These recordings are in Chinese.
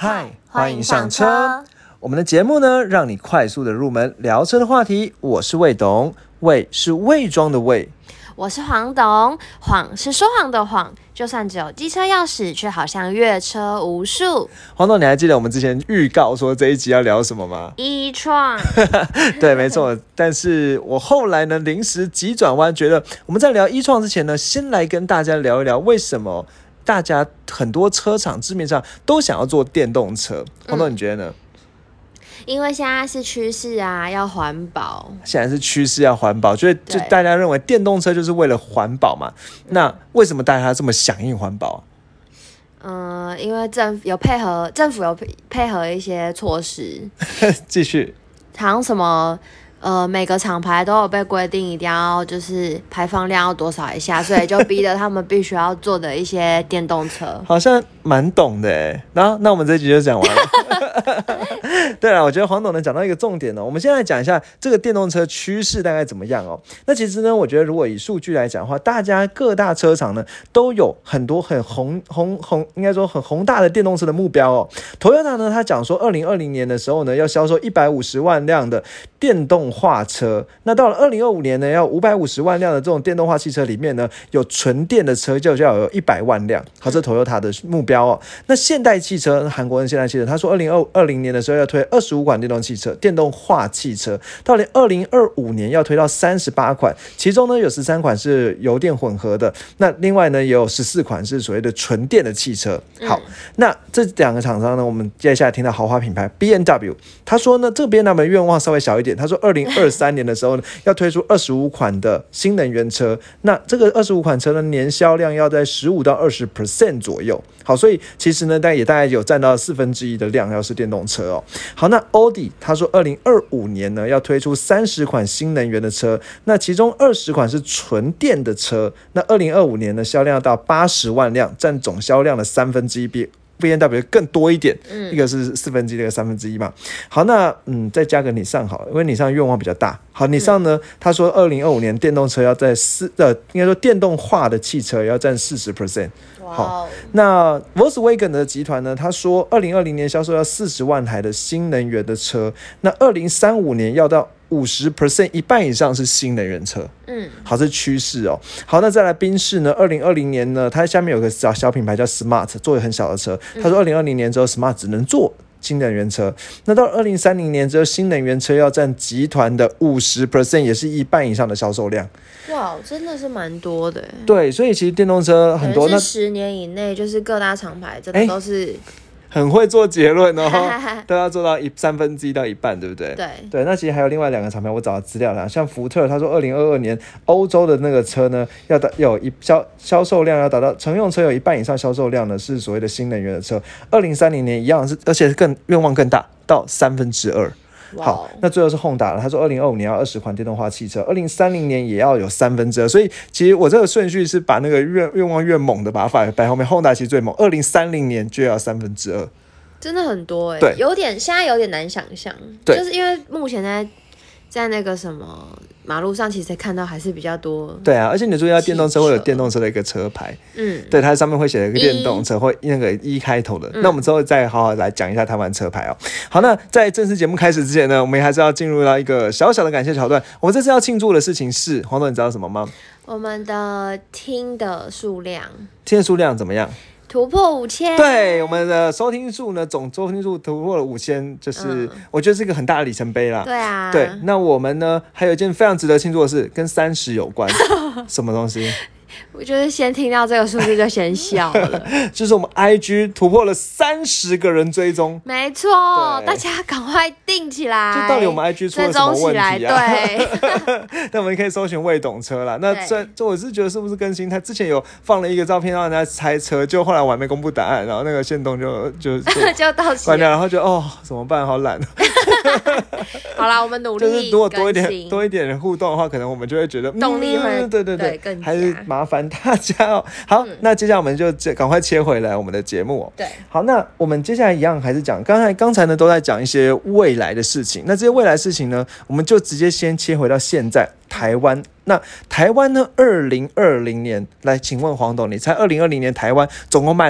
嗨，欢迎上车。我们的节目呢，让你快速的入门聊车的话题。我是魏董，魏是伪装的魏。 我是黄董，谎是说谎的谎，就算只有机车钥匙，却好像越车无数。 黄董，你还记得我们之前预告说这一集要聊什么吗？ 一创对，没错。但是我后来呢，临时急转弯，觉得我们在聊一创之前呢，先来跟大家聊一聊为什么大家很多车厂市面上都想要做电动车。黄董，你觉得呢？ 因为现在是趋势啊，要环保。 现在是趋势要环保，就大家认为电动车就是为了环保嘛？那为什么大家这么响应环保？ 因为政府有配合一些措施。 继续， 好像什么每个厂牌都有被规定一定要就是排放量要多少以下，所以就逼得他们必须要做的一些电动车。 好像蛮懂的耶。然后那我们这一集就讲完了。对了，我觉得黄董能讲到一个重点哦。我们现在讲一下这个电动车趋势大概怎么样哦。那其实呢，我觉得如果以数据来讲的话，大家各大车厂呢都有很多很应该说很宏大的电动车的目标哦。Toyota 呢，他讲说2020年的时候呢，要销售150万辆的电动化车。那到了2025年呢，要550万辆的这种电动化汽车里面呢，有纯电的车就要有100万辆。好，这是 Toyota 的目标哦。那现代汽车，韩国人现代汽车，他说2020年的时候要推25款电动汽车，电动化汽车，到2025年要推到38款，其中呢有13款是油电混合的，那另外呢也有14款是所谓的纯电的汽车。好，那这两个厂商呢，我们接下来听到豪华品牌 BMW， 他说呢，这个 BMW 的愿望稍微小一点，他说2023年的时候呢，要推出25款的新能源车，那这个25款车的年销量要在15到20% 左右。好，所以其实呢，大概有占到1/4的量要是电动车哦。好，那欧迪他说2025年呢要推出30款新能源的车，那其中20款是纯电的车，那2025年呢销量要到80万辆，占总销量的1/3，比BMW 更多一点，一个是1/4，一个1/3嘛。好，那再加个Nissan好了，因为Nissan愿望比较大。好，Nissan呢，他说2025年电动车要在应该说电动化的汽车要占40%。好，那 Volkswagen 的集团呢，他说2020年销售要40万台的新能源的车，那2035年要到50%，一半以上是新能源车。好，这是趋势哦。好，那再来宾士呢，2020年呢，它下面有个小品牌叫 Smart， 做很小的车。他说2020年之后 Smart 只能做新能源车，那到2030年之后，新能源车要占集团的50%，也是一半以上的销售量。 哇，真的是蛮多的。对， 所以其实电动车很多，那 10年以内就是各大厂牌真的都是。 很会做结论哦，都要做到1/3到一半，对不对？对，那其实还有另外2个厂牌，我找到资料啦，像福特，他说2022年欧洲的那个车呢，要有销售量要达到乘用车有一半以上销售量呢是所谓的新能源的车，2030年一样是，而且愿望更大，到2/3。好，那最后是Honda了，他说2025年要20款电动化汽车，2030年也要有2/3，所以其实我这个顺序是把那个愿望越猛的把它摆后面，Honda其实最猛，2030年就要2/3， 真的很多对， 现在有点难想象，就是因为目前在那个什么马路上，其实看到还是比较多。对啊， 而且你注意到电动车会有电动车的一个车牌，对，它上面会写一个电动车或那个1开头的。那我们之后再好好来讲一下台湾车牌哦。好，那在正式节目开始之前呢，我们还是要进入到一个小小的感谢桥段。我们这次要庆祝的事情是，黄总，你知道什么吗？ 我们的听的数量怎么样？ 突破5000， 对，我们的收听数呢，总收听数突破了5000，就是我觉得是一个很大的里程碑啦。 对啊， 对，那我们呢还有一件非常值得庆祝的事，跟30有关，什么东西？ 我就是先听到这个数字就先笑了。 就是我们 IG 突破了30个人追踪， 没错，大家赶快定起来。 就到底我们 IG 出了什么问题啊？ 对， 那我们可以搜寻魏董车啦。那这我是觉得是不是更新？他之前有放了一个照片让人家猜车，就后来我还没公布答案，然后那个限动就到期关掉，然后就怎么办？好懒。 好啦，我们努力。 就是如果多一点互动的话，可能我们就会觉得动力会对更加， 还是麻烦大家哦。好，那接下来我们就赶快切回来我们的节目哦。 对， 好，那我们接下来一样还是讲刚才呢都在讲一些未来的事情。那这些未来事情呢，我们就直接先切回到现在台湾。那台湾呢，2020年来，请问黄董，你猜2020年台湾总共卖了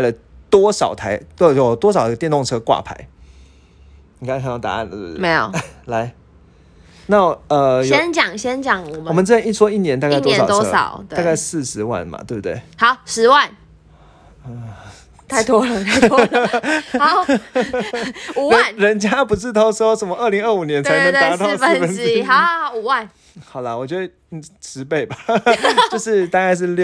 多少台有多少个电动车挂牌？你刚才看到答案了是不是？ 没有。 来，那先讲我们这一说一年大概多少车？ 一年多少？ 大概40万嘛，对不对？ 好，10万。太多了。好，5万。 人家不是都说什么2025年才能达到 1/4？好，5万。 好啦，我觉得10倍吧，就是大概是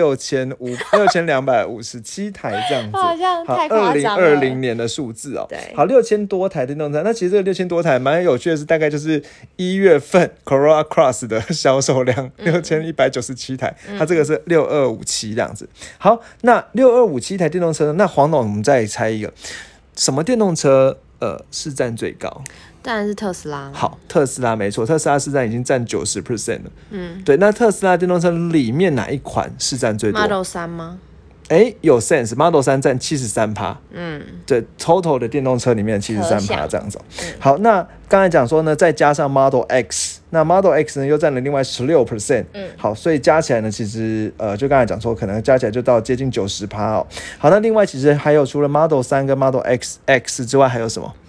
6257台这样子。 好像太夸张了。 2020年的数字哦。 对。 好，6000多台电动车。那其实这个6000多台蛮有趣的是，大概就是1月份 Corolla Cross 的销售量6197台，它这个是6257这样子。好，那6257台电动车，那黄董我们再猜一个，什么电动车市占最高？ 当然是特斯拉。 好，特斯拉没错，特斯拉市占已经占90% 了。对，那特斯拉电动车里面哪一款市占最多 ？Model 3吗？ 有 sense， Model 3占73%。对 ，total 的电动车里面73%这样子。好，那刚才讲说呢，再加上 Model X， 那 Model X 呢又占了另外16%。好，所以加起来呢，其实就刚才讲说，可能加起来就到接近90%哦。好，那另外其实还有除了 Model 3跟 Model X 之外，还有什么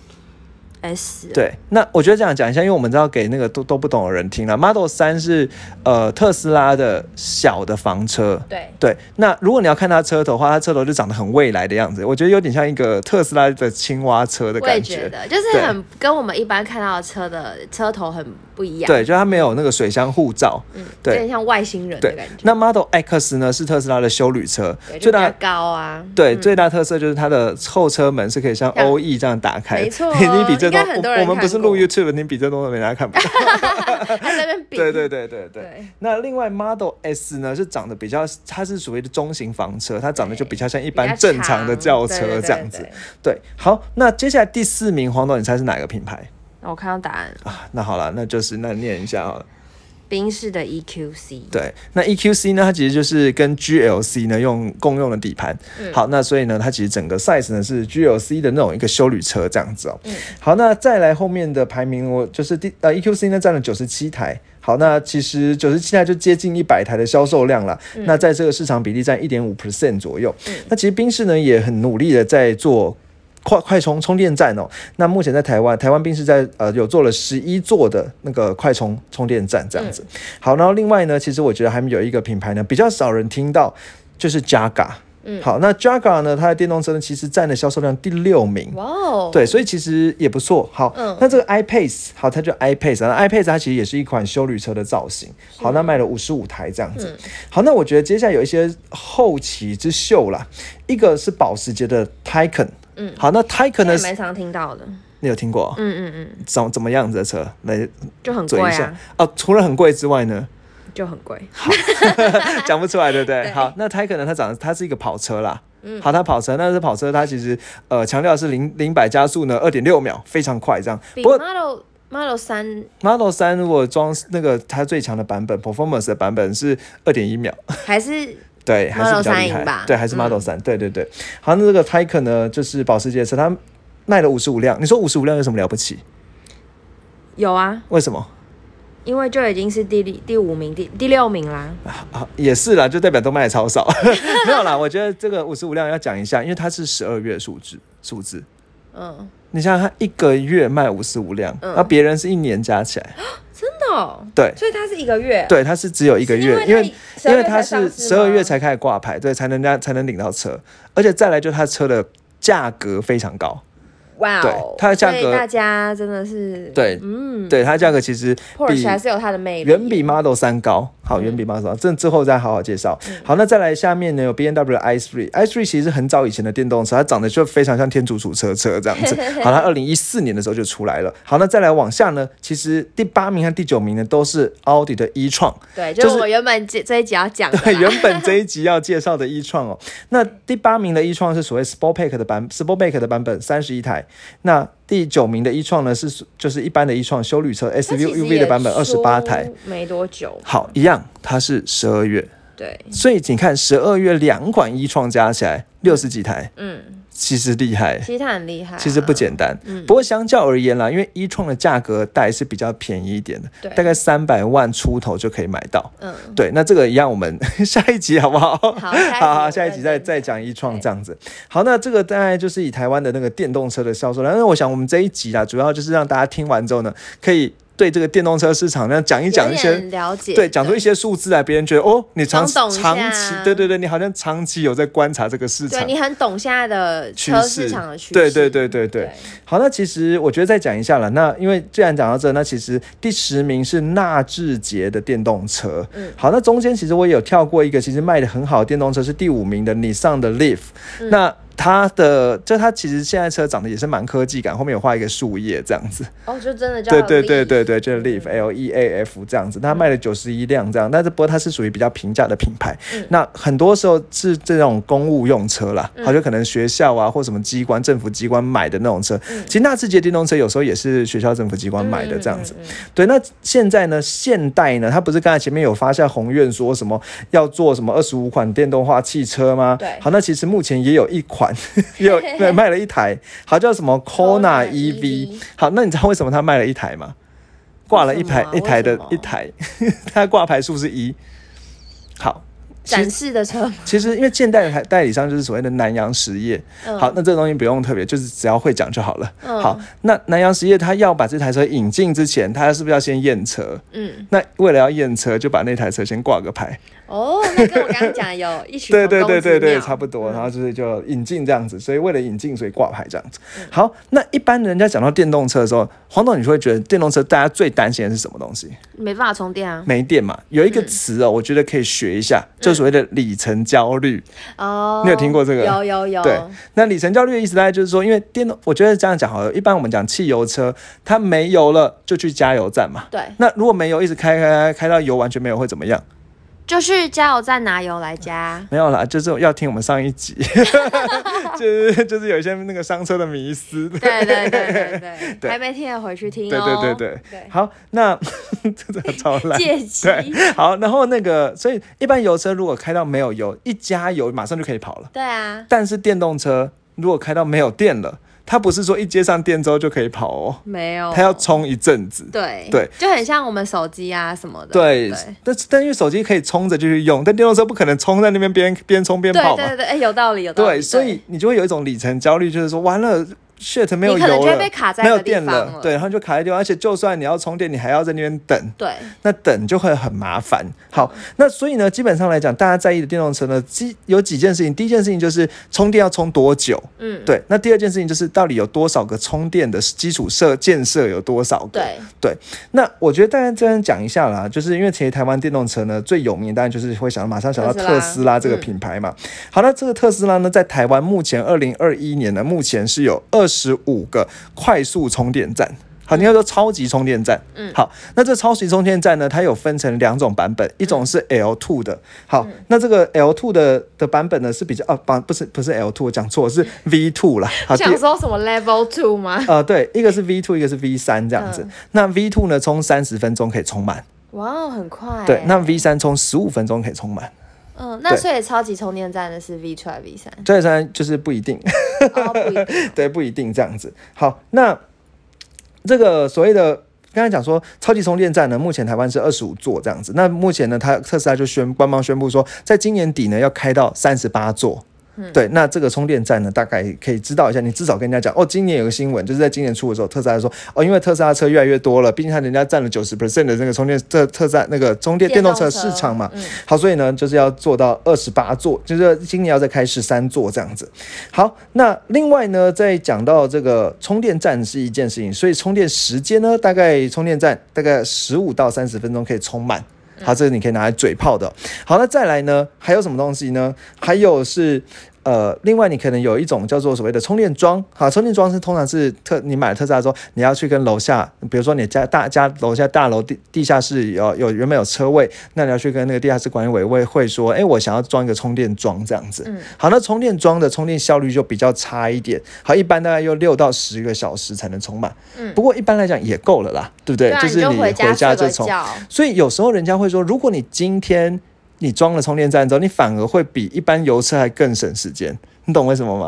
？S。 对，那我觉得这样讲一下，因为我们知道给那个都不懂的人听了。Model 3是特斯拉的小的房车。对，那如果你要看它车头的话，它车头就长得很未来的样子，我觉得有点像一个特斯拉的青蛙车的感觉。 我也觉得，就是很跟我们一般看到的车的车头很不一样。 对，就它没有那个水箱护罩。对， 有点像外星人的感觉。 那 Model X 呢是特斯拉的休旅车， 就比较高啊。 对，最大特色就是它的后车门是可以像 OE 这样打开。 没错， 你比这应该很多人看过。 我们不是录 YouTube， 你比这东西没人家看不到。 还在那边比。 对。那另外 Model S 呢是长得比较，它是属于的中型房车，它长得就比较像一般正常的轿车这样子。对，好，那接下来第4名，黄董，你猜是哪个品牌？ 我看到答案啊，那好了，那念一下好了。 宾士的 EQC。 对，那 EQC 呢，它其实就是跟 GLC 呢共用的底盘。好，那所以呢，它其实整个 size 呢是 GLC 的那种一个休旅车这样子哦。好，那再来后面的排名，我就是EQC 呢占了97台。好，那其实97台就接近100台的销售量了。那在这个市场比例占 1.5% 左右。那其实宾士呢也很努力的在做快充电站哦。那目前在台湾宾士在有做了11座的那个快充电站这样子。好，然后另外呢，其实我觉得还有一个品牌呢比较少人听到，就是 Jaguar。好，那 Jaguar 呢，它的电动车呢其实占了销售量第6名。 哇哦。 对，所以其实也不错。好，那这个 iPace， 好，它叫 iPace， 那 iPace 它其实也是一款休旅车的造型。好，那卖了55台这样子。好，那我觉得接下来有一些后起之秀啦，一个是保时捷的 Taycan。好，那 Taycan 呢？ 蛮常听到的。 你有听过？怎么样子的车来？ 就很贵啊。 除了很贵之外呢？ 就很贵。 好，讲不出来，对不对？好，那 Taycan 呢？它是一个跑车啦。好，它跑车，那是跑车，它其实强调的是0-100加速呢2.6秒，非常快这样。 比 Model 3 如果装那个它最强的版本 Performance 的版本是2.1秒， 还是？ 对，还是比较厉害。对，还是 Model 3。对。好，那这个 Taycan 呢，就是保时捷车，它卖了55辆。你说55辆有什么了不起？ 有啊。 为什么？ 因为就已经是第5名、第6名啦。 也是啦，就代表都卖的超少。没有啦，我觉得这个55辆要讲一下，因为它是12月数字。你想想，它1个月卖55辆，那别人是1年加起来。 真的哦。 对， 所以它是1个月。 对，它是只有1个月，因为它是12月才开始挂牌，对，才能领到车，而且再来就它车的价格非常高。 哇哦， 它的价格， 大家真的是对，对，它的价格其实 Porsche 还是有它的魅力， 远比 Model 3高。好，远比 Model 3，这之后再好好介绍。好，那再来下面呢有 BMW i3 其实是很早以前的电动车，它长得就非常像天竺鼠车这样子。好，它2014年的时候就出来了。好，那再来往下呢，其实第8名和第9名呢都是奥迪的e-tron。 对，就是我原本这一集要讲的。 对，原本这一集要介绍的e-tron哦。那第8名的e-tron是所谓 Sportback 的版本31台。那第9名的e-tron呢就是一般的e-tron休旅车 SUV 的版本28台， 没多久。 好，一样，它是12月。 对， 所以你看12月2款e-tron加起来60几台， 其实厉害， 其实它很厉害、 其实不简单。不过相较而言啦，因为e-tron的价格带是比较便宜一点的，大概300万出头就可以买到。对，那这个一样，我们下一集好不好？好，下一集再讲e-tron这样子。好，那这个大概就是以台湾的那个电动车的销售量。那我想我们这一集啦，主要就是让大家听完之后呢，可以对这个电动车市场呢讲一些了解， 对，讲出一些数字来，别人觉得哦，你长期对，你好像长期有在观察这个市场， 对，你很懂现在的车市场的趋势，对。好，那其实我觉得再讲一下了。那因为既然讲到这，那其实第10名是纳智捷的电动车。好，那中间其实我也有跳过一个，其实卖的很好的电动车是第5名的Nissan的 Leaf。那它其实现在车长得也是蛮科技感，后面有画一个树叶这样子。 就真的叫对，就是 Leaf Leaf 这样子。它卖了91辆这样，但是不过它是属于比较平价的品牌。那很多时候是这种公务用车啦，好，就可能学校啊或什么机关、政府机关买的那种车。其实纳智捷电动车有时候也是学校、政府机关买的这样子。对，那现在呢，现代呢，它不是刚才前面有发下宏愿说什么要做什么25款电动化汽车吗？ 对。 好，那其实目前也有一款。对，卖了一台，好，叫什么 Kona EV。好，那你知道为什么他卖了一台吗？挂了一台，他挂牌数是1。好。 展示的车， 其实因为现代的代理商就是所谓的南洋实业。好，那这个东西不用特别，就是只要会讲就好了。好，那南洋实业他要把这台车引进之前，他是不是要先验车？那为了要验车，就把那台车先挂个牌。 那跟我刚刚讲有异曲同工之妙。 对，差不多。然后就引进这样子，所以为了引进，所以挂牌这样子。好，那一般人家讲到电动车的时候，黄董，你会觉得电动车大家最担心的是什么东西？ 没办法充电啊， 没电嘛。有一个词我觉得可以学一下，就是所谓的里程焦虑。你有听过这个？ 有。 对，那里程焦虑的意思大概就是说，因为我觉得这样讲好了。一般我们讲汽油车，它没油了就去加油站嘛。 对。 那如果没油，一直开到油完全没有，会怎么样？ 就去加油站拿油来加。 没有啦，就是要听我们上一集，就是有一些那个商车的迷思。 对，还没听的回去听哦。 对。好，那这个超烂。 借机。 对，好，然后所以一般油车如果开到没有油，一加油马上就可以跑了。 对啊。 但是电动车如果开到没有电了，它不是说一接上电之后就可以跑哦， 没有， 它要充一阵子。 对，就很像我们手机啊什么的。 对，但因为手机可以充着就去用，但电动车不可能充在那边边充边跑嘛。 对，有道理。 对，所以你就会有一种里程焦虑，就是说完了。shit 没有油了， 你可能就会被卡在没有电了，对，然后就卡在地方，而且就算你要充电，你还要在那边等， 对， 那等就会很麻烦。好，那所以呢，基本上来讲，大家在意的电动车呢，有几件事情。第一件事情就是充电要充多久，对。那第二件事情就是到底有多少个充电的基础建设有多少个，对。那我觉得大家这样讲一下啦，就是因为其实台湾电动车呢最有名，当然就是会马上想到特斯拉这个品牌嘛。好，那这个特斯拉呢，在台湾目前2021年呢，目前是有25个快速充电站。好，你要说超级充电站。好，那这超级充电站呢，它有分成2种版本，一种是 L2 的。好，那这个 L2 的版本呢是比较不是 L2， 我讲错，是 V2 啦。好， 想说什么 Level 2吗？ 对，一个是 V2， 一个是 V3 这样子。那 V2 呢，充30分钟可以充满。 哇，很快。 对，那 V3 充15分钟可以充满。 那所以超级充电站的是 V2 还是 V3？ 这3就是不一定。 不一定。 对，不一定这样子。好，那这个所谓的刚才讲说超级充电站呢，目前台湾是25座这样子。那目前呢，特斯拉就官方宣布说，在今年底呢要开到38座。对，那这个充电站呢，大概可以知道一下，你至少跟人家讲今年有个新闻，就是在今年初的时候，特斯拉说因为特斯拉车越来越多了，毕竟人家占了90% 的那个特斯拉那个电动车市场嘛。好，所以呢，就是要做到28座，就是今年要再开13座这样子。好，那另外呢，再讲到这个充电站是一件事情，所以充电时间呢，大概充电站大概15到30分钟可以充满。好，这个你可以拿来嘴炮的。好，那再来呢，还有什么东西呢？还有是另外你可能有一种叫做所谓的充电桩。好，充电桩是通常是你买了特斯拉之后，你要去跟楼下，比如说你家楼下大楼地下室原本有车位，那你要去跟那个地下室管理委员会说，我想要装一个充电桩这样子。好，那充电桩的充电效率就比较差一点。好，一般大概用6到10个小时才能充满。不过一般来讲也够了啦，对不对？就是你回家就充。所以有时候人家会说，如果你今天你装了充电站之后，你反而会比一般油车还更省时间，你懂为什么吗？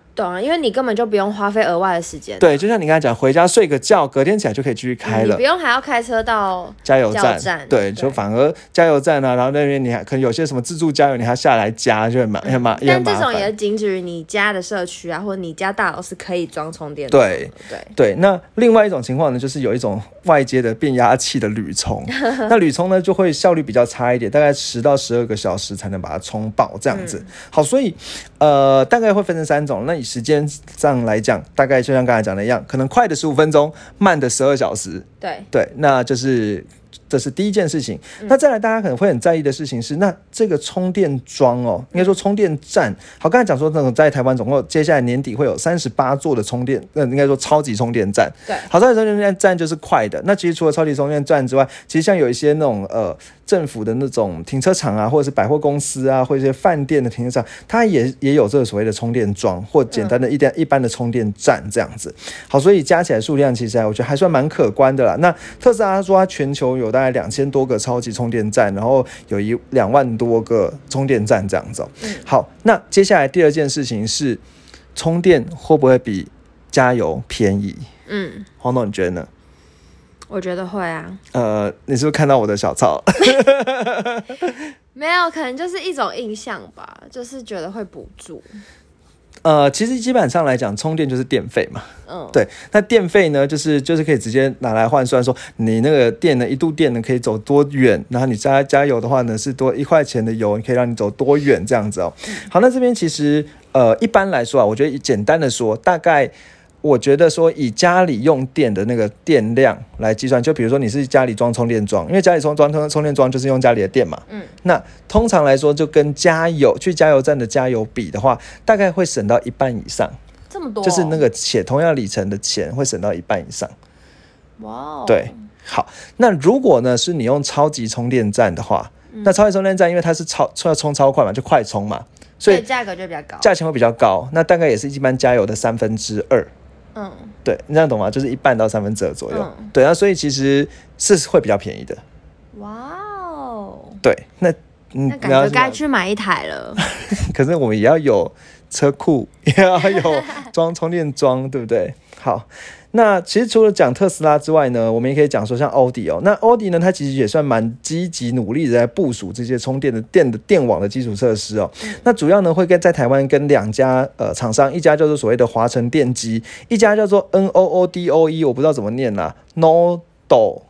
懂啊，因为你根本就不用花费额外的时间。 对，就像你刚才讲，回家睡个觉，隔天起来就可以继续开了， 你不用还要开车到加油站。对，就反而加油站啊，然后那边你还可能有些什么自助加油，你还要下来加，就很麻烦。 但这种也仅止于你家的社区啊，或者你家大楼是可以装充电桩的。 对。那另外一种情况呢，就是有一种外接的变压器的铝充，那铝充呢就会效率比较差一点，大概10到12个小时才能把它充爆这样子。好，所以大概会分成3种。那以时间上来讲，大概就像刚才讲的一样，可能快的15分钟，慢的12小时。对，那这是第一件事情。那再来，大家可能会很在意的事情是，那这个充电桩哦，应该说充电站。好，刚才讲说那种在台湾总共接下来年底会有38座的充电，应该说超级充电站。 对， 好，超级充电站就是快的。那其实除了超级充电站之外，其实像有一些那种政府的那种停车场啊，或者是百货公司啊，或者一些饭店的停车场，它也有这个所谓的充电桩或简单的一般的充电站这样子。好，所以加起来数量其实我觉得还算蛮可观的啦。那特斯拉说它全球有大概2000多个超级充电站，然后有2万多个充电站这样子。好，那接下来第二件事情是充电会不会比加油便宜？黄董你觉得呢？ 我觉得会啊。 你是不是看到我的小抄？ 没有，可能就是一种印象吧，就是觉得会补助。 其实基本上来讲，充电就是电费嘛。对。那电费呢，就是可以直接拿来换算，说你那个电呢，1度电呢可以走多远，然后你加油的话呢，是多1块钱的油，可以让你走多远这样子哦。好，那这边其实一般来说啊，我觉得简单的说，大概。我觉得说以家里用电的那个电量来计算，就比如说你是家里装充电桩，因为家里装充电桩就是用家里的电嘛。那通常来说就跟去加油站的加油比的话，大概会省到1半以上。 这么多？ 就是那个同样里程的钱会省到1半以上。 哇。 对，好，那如果呢是你用超级充电站的话，那超级充电站因为它是要充超快嘛，就快充嘛，所以价格就比较高， 价钱会比较高。那大概也是一般加油的2/3。对，你这样懂吗？就是1半到2/3左右。对啊，所以其实是会比较便宜的。 哇哦。 对，那感觉该去买一台了。 可是我们也要有车库，也要有装充电桩，对不对？好，那其实除了讲特斯拉之外呢，我们也可以讲说像欧迪哦。那欧迪呢，它其实也算蛮积极努力的在部署这些充电的电网的基础设施哦。那主要呢会在台湾跟2家厂商，一家叫做所谓的华城电机，一家叫做 NOODOE， 我不知道怎么念啦 ，Noodle。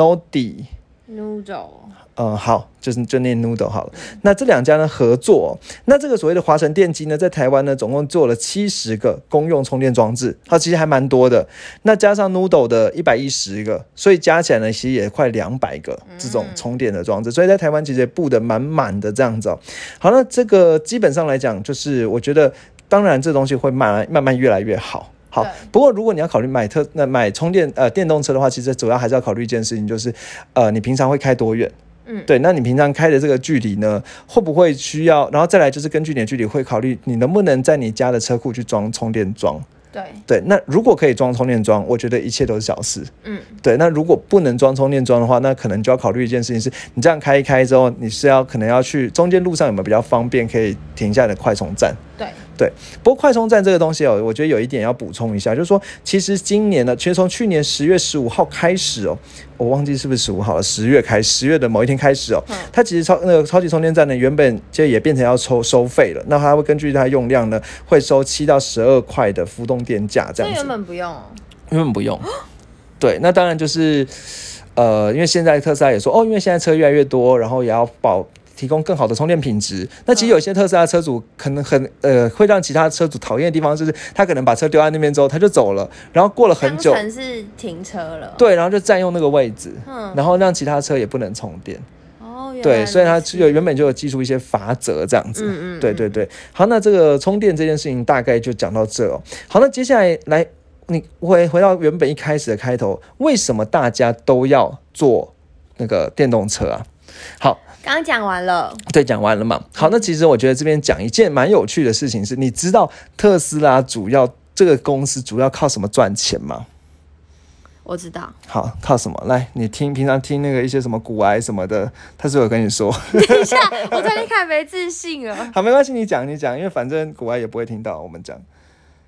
好，就念 Noodle 好了。那这2家呢合作，那这个所谓的华城电机呢，在台湾呢总共做了70个公用充电装置，它其实还蛮多的。那加上 Noodle 的110个，所以加起来呢，其实也快200个这种充电的装置。所以在台湾其实也布的满满的这样子哦。好，那这个基本上来讲，就是我觉得，当然这东西会慢慢越来越好。好，不过如果你要考虑买充电电动车的话，其实主要还是要考虑一件事情，就是你平常会开多远？对，那你平常开的这个距离呢，会不会需要？然后再来就是根据你的距离，会考虑你能不能在你家的车库去装充电桩。对，那如果可以装充电桩，我觉得一切都是小事。对，那如果不能装充电桩的话，那可能就要考虑一件事情是，你这样开一开之后，你是可能要去中间路上有没有比较方便可以停下的快充站？对，不过快充站这个东西我觉得有一点要补充一下，就是说，其实今年呢，其实从去年10月15号开始我忘记是不是15号了，10月的某一天开始它其实超级充电站呢，原本就也变成要收费了，那它会根据它用量呢，会收7到12块的浮动电价这样子。 原本不用原本不用。对，那当然就是因为现在特斯拉也说因为现在车越来越多，然后也要提供更好的充电品质。那其实有些特斯拉车主可能会让其他车主讨厌的地方，就是他可能把车丢在那边之后他就走了，然后过了很久， 当成是停车了。 对，然后就占用那个位置，然后让其他车也不能充电。对，所以它原本就有记出一些罚则这样子。对。好，那这个充电这件事情大概就讲到这好，那接下来你回到原本一开始的开头，为什么大家都要做那个电动车啊？好。 刚刚讲完了。 对，讲完了嘛。好，那其实我觉得这边讲一件蛮有趣的事情是，你知道特斯拉这个公司主要靠什么赚钱吗？ 我知道。 好，靠什么？来，你平常听那个一些什么股癌什么的，他是有跟你说。 等一下，我最近看没自信了。 好，没关系，你讲，因为反正股癌也不会听到我们讲。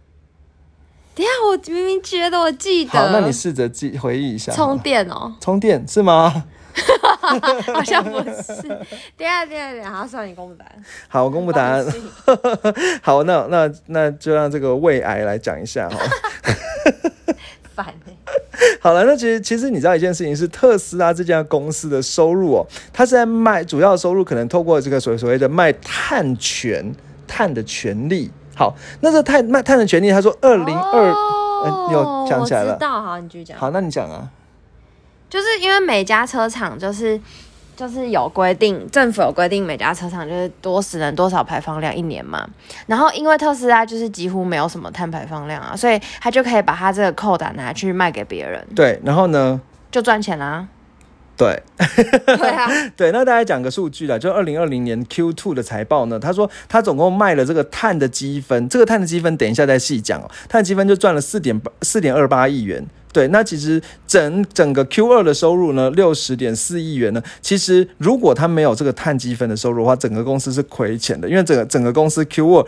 等一下，我明明觉得我记得。 好，那你试着回忆一下。 充电哦， 充电是吗？ 好像不是。等一下，好，算你公布答案。 好，我公布答案。好，那就让这个胃癌来讲一下哈。 烦好了，那其实你知道一件事情是特斯拉这家公司的收入哦，它是在卖，主要收入可能透过这个所谓的卖碳的权利。好，那这卖碳的权利，他说你有想起来了？ 我知道，好，你继续讲。 好，那你讲啊。 就是因为每家车厂就是有规定，政府有规定每家车厂就是多使能多少排放量一年嘛。然后因为特斯拉就是几乎没有什么碳排放量啊，所以他就可以把他这个扣打拿去卖给别人。 对，然后呢？ 就赚钱啦。 对， 对啊， 对，那大家讲个数据啦，就2020年 Q2 的财报呢，他说他总共卖了这个碳的积分，这个碳的积分等一下再细讲哦，碳的积分就赚了4.28亿元。对，那其实整个 Q2 的收入呢，60.4亿元呢。其实如果他没有这个碳积分的收入的话，整个公司是亏钱的，因为整个公司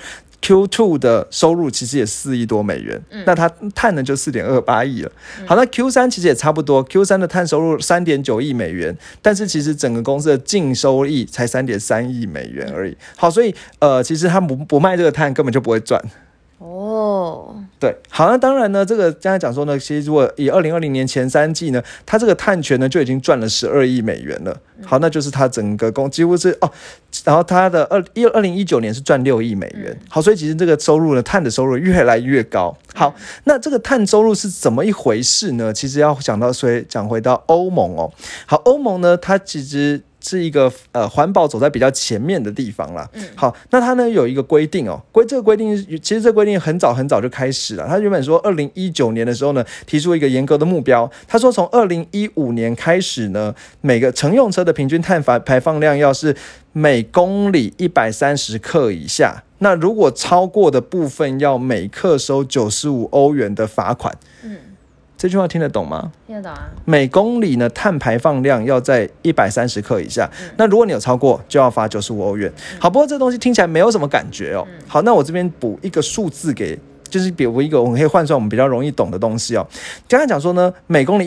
Q2 的收入其实也4亿多美元，那它碳呢就4.28亿了。好，那 Q3 其实也差不多 ，Q3 的碳收入3.9亿美元，但是其实整个公司的净收益才3.3亿美元而已。好，所以其实他不卖这个碳根本就不会赚。 哦， 对，好，那当然呢，这个刚才讲说呢，其实如果以2020年前3季呢，它这个碳权呢就已经赚了12亿美元了。好，那就是它整个几乎是然后它的2019年是赚6亿美元。好，所以其实这个收入呢，碳的收入越来越高。好，那这个碳收入是怎么一回事呢？其实要讲回到欧盟哦。好，欧盟呢，它其实是一个环保走在比较前面的地方啦。好，那它呢有一个规定哦，这个规定其实这个规定很早就开始了。它原本说2019年的时候呢，提出一个严格的目标，他说从2015年开始呢，每个乘用车的平均碳排放量要是每公里130克以下，那如果超过的部分要每克收95欧元的罚款。这句话听得懂吗？ 听得懂啊。 每公里呢碳排放量要在130克以下，那如果你有超过，就要罚95欧元。好，不过这东西听起来没有什么感觉哦。好，那我这边补一个数字就是比如一个我们可以换算我们比较容易懂的东西哦。刚才讲说呢，每公里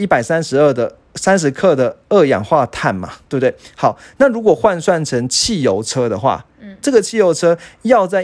130克的二氧化碳嘛，对不对？好，那如果换算成汽油车的话，这个汽油车要在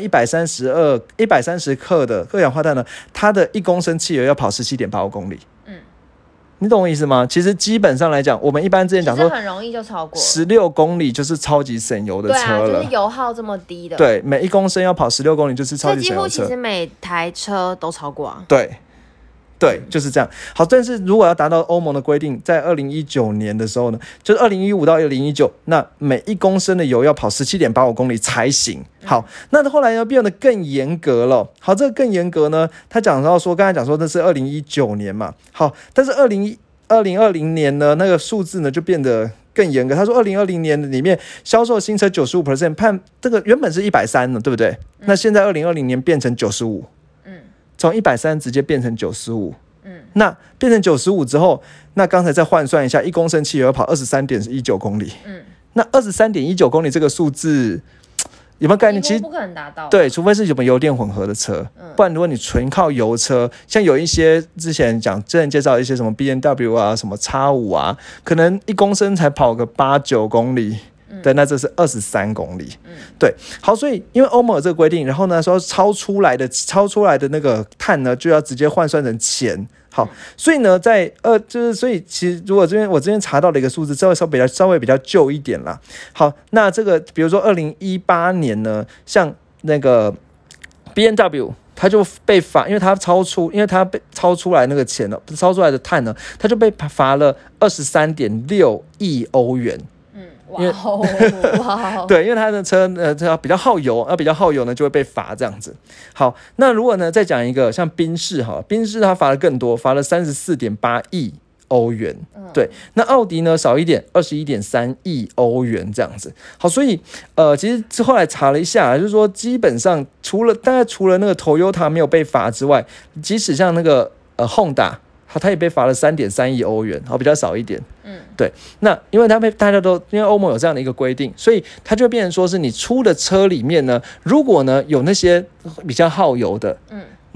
130克的二氧化碳呢，它的1公升汽油要跑17.85公里。你懂我意思吗？其实基本上来讲，我们一般之前讲说很容易就超过 16公里就是超级省油的车了。 对啊，就是油耗这么低的。 对，每1公升要跑16公里就是超级省油车。 几乎其实每台车都超过啊。 对，就是这样。好，但是如果要达到欧盟的规定，在2019年的时候呢，就是2015到2019，那每1公升的油要跑17.85公里才行。好，那后来呢变得更严格了。好，这个更严格呢，他讲到说，刚才讲说那是2019年嘛。好，但是2020年呢，那个数字呢就变得更严格。他说2020年里面销售新车 95%， 判这个原本是130了，对不对？那现在2020年变成95。从130直接变成95，那变成95之后，那刚才再换算一下，1公升汽油要跑23.19公里，那23.19公里这个数字有没有概念？其实不可能达到。 对，除非是什么油电混合的车，不然如果你纯靠油车，像有一些之前介绍一些什么 BMW 啊，什么 X5 啊，可能1公升才跑个8-9公里。对，那这是23公里。对，好，所以因为欧盟有这个规定，然后呢说超出来的那个碳呢，就要直接换算成钱。好，所以呢，所以其实如果我这边查到了一个数字，稍微比较旧一点啦。好，那这个比如说2018年呢，像那个 BMW。他就被罚，因为他被超出来那个钱了，超出来的碳呢，他就被罚了23.6亿欧元。哇，对，因为他的车比较耗油，呢就会被罚这样子。好，那如果呢再讲一个像宾士它罚的更多，罚了34.8亿欧元。对，那奥迪呢少一点，21.3亿欧元这样子。好，所以其实后来查了一下，就是说基本上除了那个 Toyota 没有被罚之外，即使像那个Honda。他也被罚了3.3亿欧元，好，比较少一点。对，那因为因为欧盟有这样的一个规定，所以它就变成说是你出的车里面呢，如果呢有那些比较耗油的，那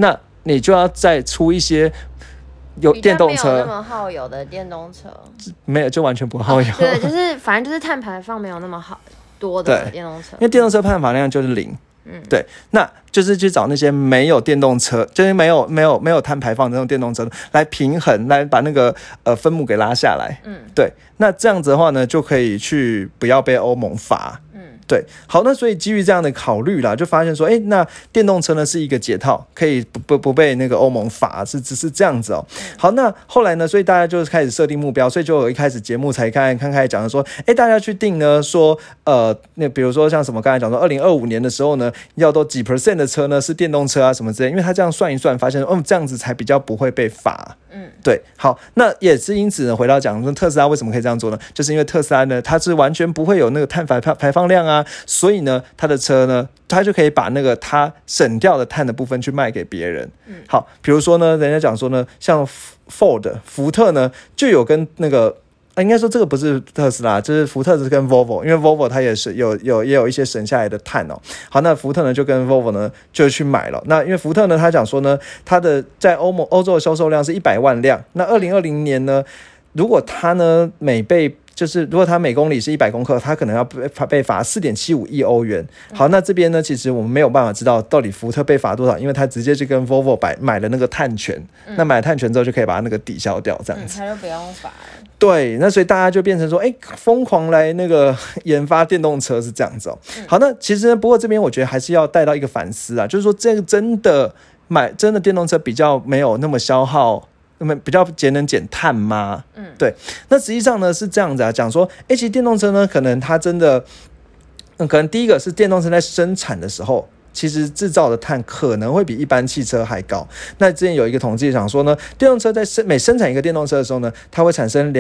你就要再出一些有电动比较没有那车， 么耗油的电动车， 没有就完全不耗油。 对，就是反正就是碳排放没有那么多的对电动车， 因为电动车碳排放量就是0。对，那就是去找那些没有电动车，就是没有碳排放的那种电动车来平衡，来把那个分母给拉下来。对，那这样子的话呢，就可以去不要被欧盟罚。对，好，那所以基于这样的考虑啦，就发现说，那电动车呢是一个解套，可以不被那个欧盟罚，只是这样子哦。好，那后来呢，所以大家就开始设定目标，所以就有一开始节目才开始讲的说，大家去定呢，说那比如说像什么刚才讲说，2025年的时候呢，要都几%的车呢是电动车啊什么之类，因为他这样算一算，发现这样子才比较不会被罚。对，好，那也是因此呢，回到讲说特斯拉为什么可以这样做呢？就是因为特斯拉呢，它是完全不会有那个碳排放量啊，所以呢，它的车呢，它就可以把那个它省掉的碳的部分去卖给别人。好，比如说呢，人家讲说呢，像福特呢，就有跟那个。应该说这个不是特斯拉，就是福特是跟 Volvo， 因为 Volvo 它也是也有一些省下来的碳哦。好，那福特呢就跟 Volvo 呢就去买了。那因为福特呢，他讲说呢，它的在欧洲的销售量是100万辆。那2020年呢，如果它呢如果它每公里是100公克，它可能要被罚4.75亿欧元。好，那这边呢，其实我们没有办法知道到底福特被罚多少，因为他直接就跟 Volvo 买了那个碳权。那买了碳权之后，就可以把那个抵消掉，这样子。 他就不用罚了。 对，那所以大家就变成说，疯狂来那个研发电动车是这样子哦。好，那其实呢，不过这边我觉得还是要带到一个反思啊，就是说这个真的电动车比较没有那么消耗。那么比较节能减碳吗？对。那实际上呢是这样子啊，讲说，其实电动车呢，可能它真的，可能第一个是电动车在生产的时候，其实制造的碳可能会比一般汽车还高。那之前有一个统计讲说呢，电动车在每生产一个电动车的时候呢，它会产生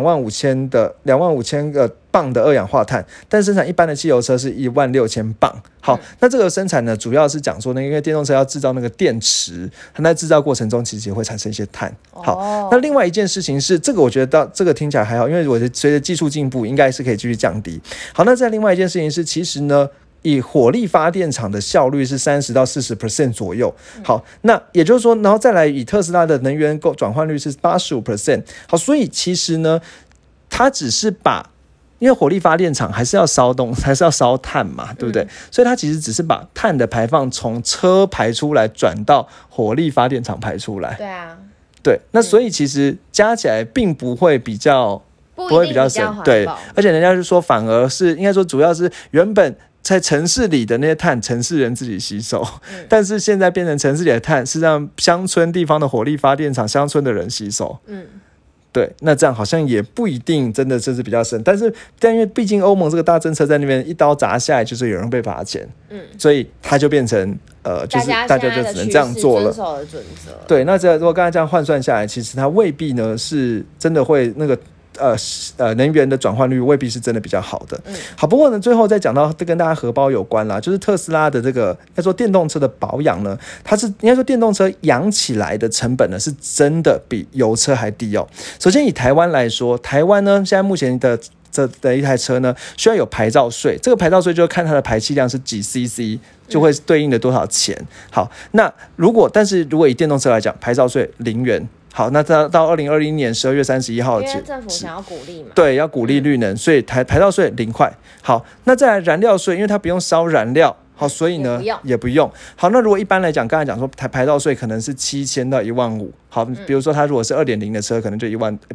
25000个磅的二氧化碳，但生产一般的汽油车是16000磅。好，那这个生产呢，主要是讲说呢，因为电动车要制造那个电池，它在制造过程中其实也会产生一些碳。好，那另外一件事情是，这个我觉得到这个听起来还好，因为我觉得随着技术进步，应该是可以继续降低。好，那再另外一件事情是，其实呢，以火力发电厂的效率是30%到40% 左右。好，那也就是说，然后再来以特斯拉的能源转换率是85%。好，所以其实呢，它只是因为火力发电厂还是要烧碳嘛，对不对？所以它其实只是把碳的排放从车排出来，转到火力发电厂排出来。 对啊， 对，那所以其实加起来并不会比较省，对，而且人家就说反而是应该说主要是原本在城市里的那些碳，城市人自己吸收，但是现在变成城市里的碳是让乡村地方的火力发电厂乡村的人吸收。对，那这样好像也不一定真的就是比较深，但因为毕竟欧盟这个大政策在那边一刀砸下来，就是有人被罚钱，所以它就变成就是大家就只能这样做了。对，那如果刚才这样换算下来，其实它未必呢是真的会那个能源的转换率未必是真的比较好的。好，不过呢，最后再讲到跟大家荷包有关啦，就是特斯拉的这个应该说电动车的保养呢，它是应该说电动车养起来的成本呢，是真的比油车还低哦。首先以台湾来说，台湾呢现在目前的一台车呢，需要有牌照税，这个牌照税就看它的排气量是几 CC， 就会对应的多少钱。好，那但是如果以电动车来讲，牌照税0元。好，那到2020年12月31号， 因为政府想要鼓励嘛， 对，要鼓励绿能，所以牌照税0块。好，那再来燃料税，因为它不用烧燃料，好，所以呢也不用。好，那如果一般来讲，刚才讲说牌照税可能是7000到15000。好，比如说它如果是2.0的车，可能就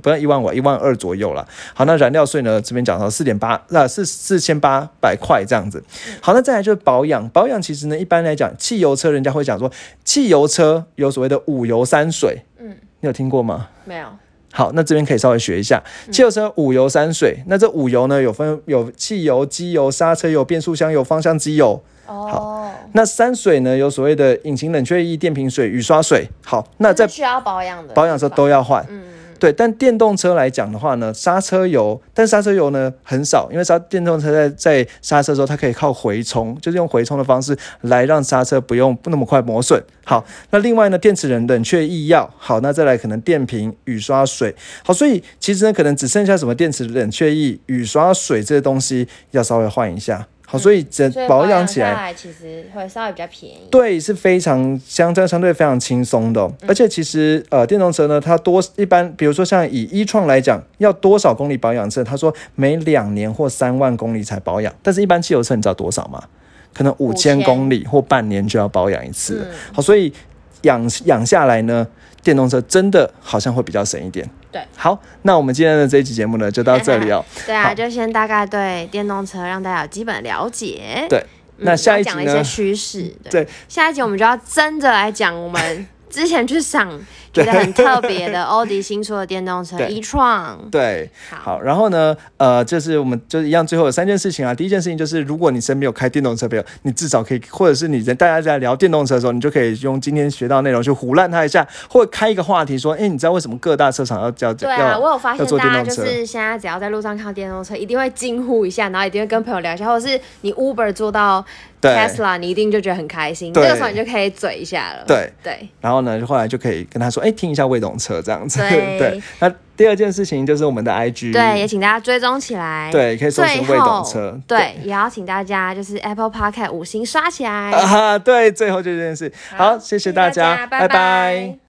15000左右啦。好，那燃料税呢，这边讲到4800块这样子。好，那再来就是保养其实呢，一般来讲，汽油车人家会讲说，汽油车有所谓的5油3水。你有听过吗？ 没有。 好，那这边可以稍微学一下，汽油车5油3水。那这5油呢，有汽油、机油、刹车油、变速箱油、方向机油。好，那3水呢，有所谓的引擎冷却液、电瓶水、雨刷水。好，那在需要保养的时候都要换。对，但电动车来讲的话呢，刹车油呢很少，因为电动车在刹车的时候，它可以靠回冲，就是用回冲的方式来让刹车不用那么快磨损。好，那另外呢，电池冷却液要好，那再来可能电瓶、雨刷水。好，所以其实呢，可能只剩下什么电池冷却液、雨刷水这些东西要稍微换一下。 好，所以保养起下来其实会稍微比较便宜。 对，是非常相对非常轻松的而且其实电动车呢，它一般比如说像以e-tron来讲，要多少公里保养车？他说每2年或3万公里才保养，但是一般汽油车你知道多少吗？可能5000公里或半年就要保养一次好，所以养下来呢，电动车真的好像会比较省一点。 对， 好，那我们今天的这一期节目呢，就到这里哦。 对啊，就先大概对电动车让大家有基本了解。 对，那下一集呢？ 讲了一些趋势。 对， 下一集我们就要真的来讲我们之前去赏觉得很特别的欧迪新出的电动车e-tron。 对，好，然后呢，就是我们就是一样，最后有3件事情啊。第一件事情就是，如果你身边有开电动车朋友，你至少可以，或者是大家在聊电动车的时候，你就可以用今天学到的内容去唬烂他一下，或者开一个话题说，你知道为什么各大车厂要对啊，我有发现大家就是现在只要在路上看到电动车，一定会惊呼一下，然后一定会跟朋友聊一下，或者是你 Uber 做到 Tesla， 你一定就觉得很开心，这个时候你就可以嘴一下了。 对，然后呢，后来就可以跟他说，听一下未懂车这样子。对，那第二件事情就是我们的 IG， 对，也请大家追踪起来。 对，可以搜寻未懂车。 对，也要请大家就是 Apple Podcast 5星刷起来。 对，最后就这件事。好，谢谢大家，拜拜。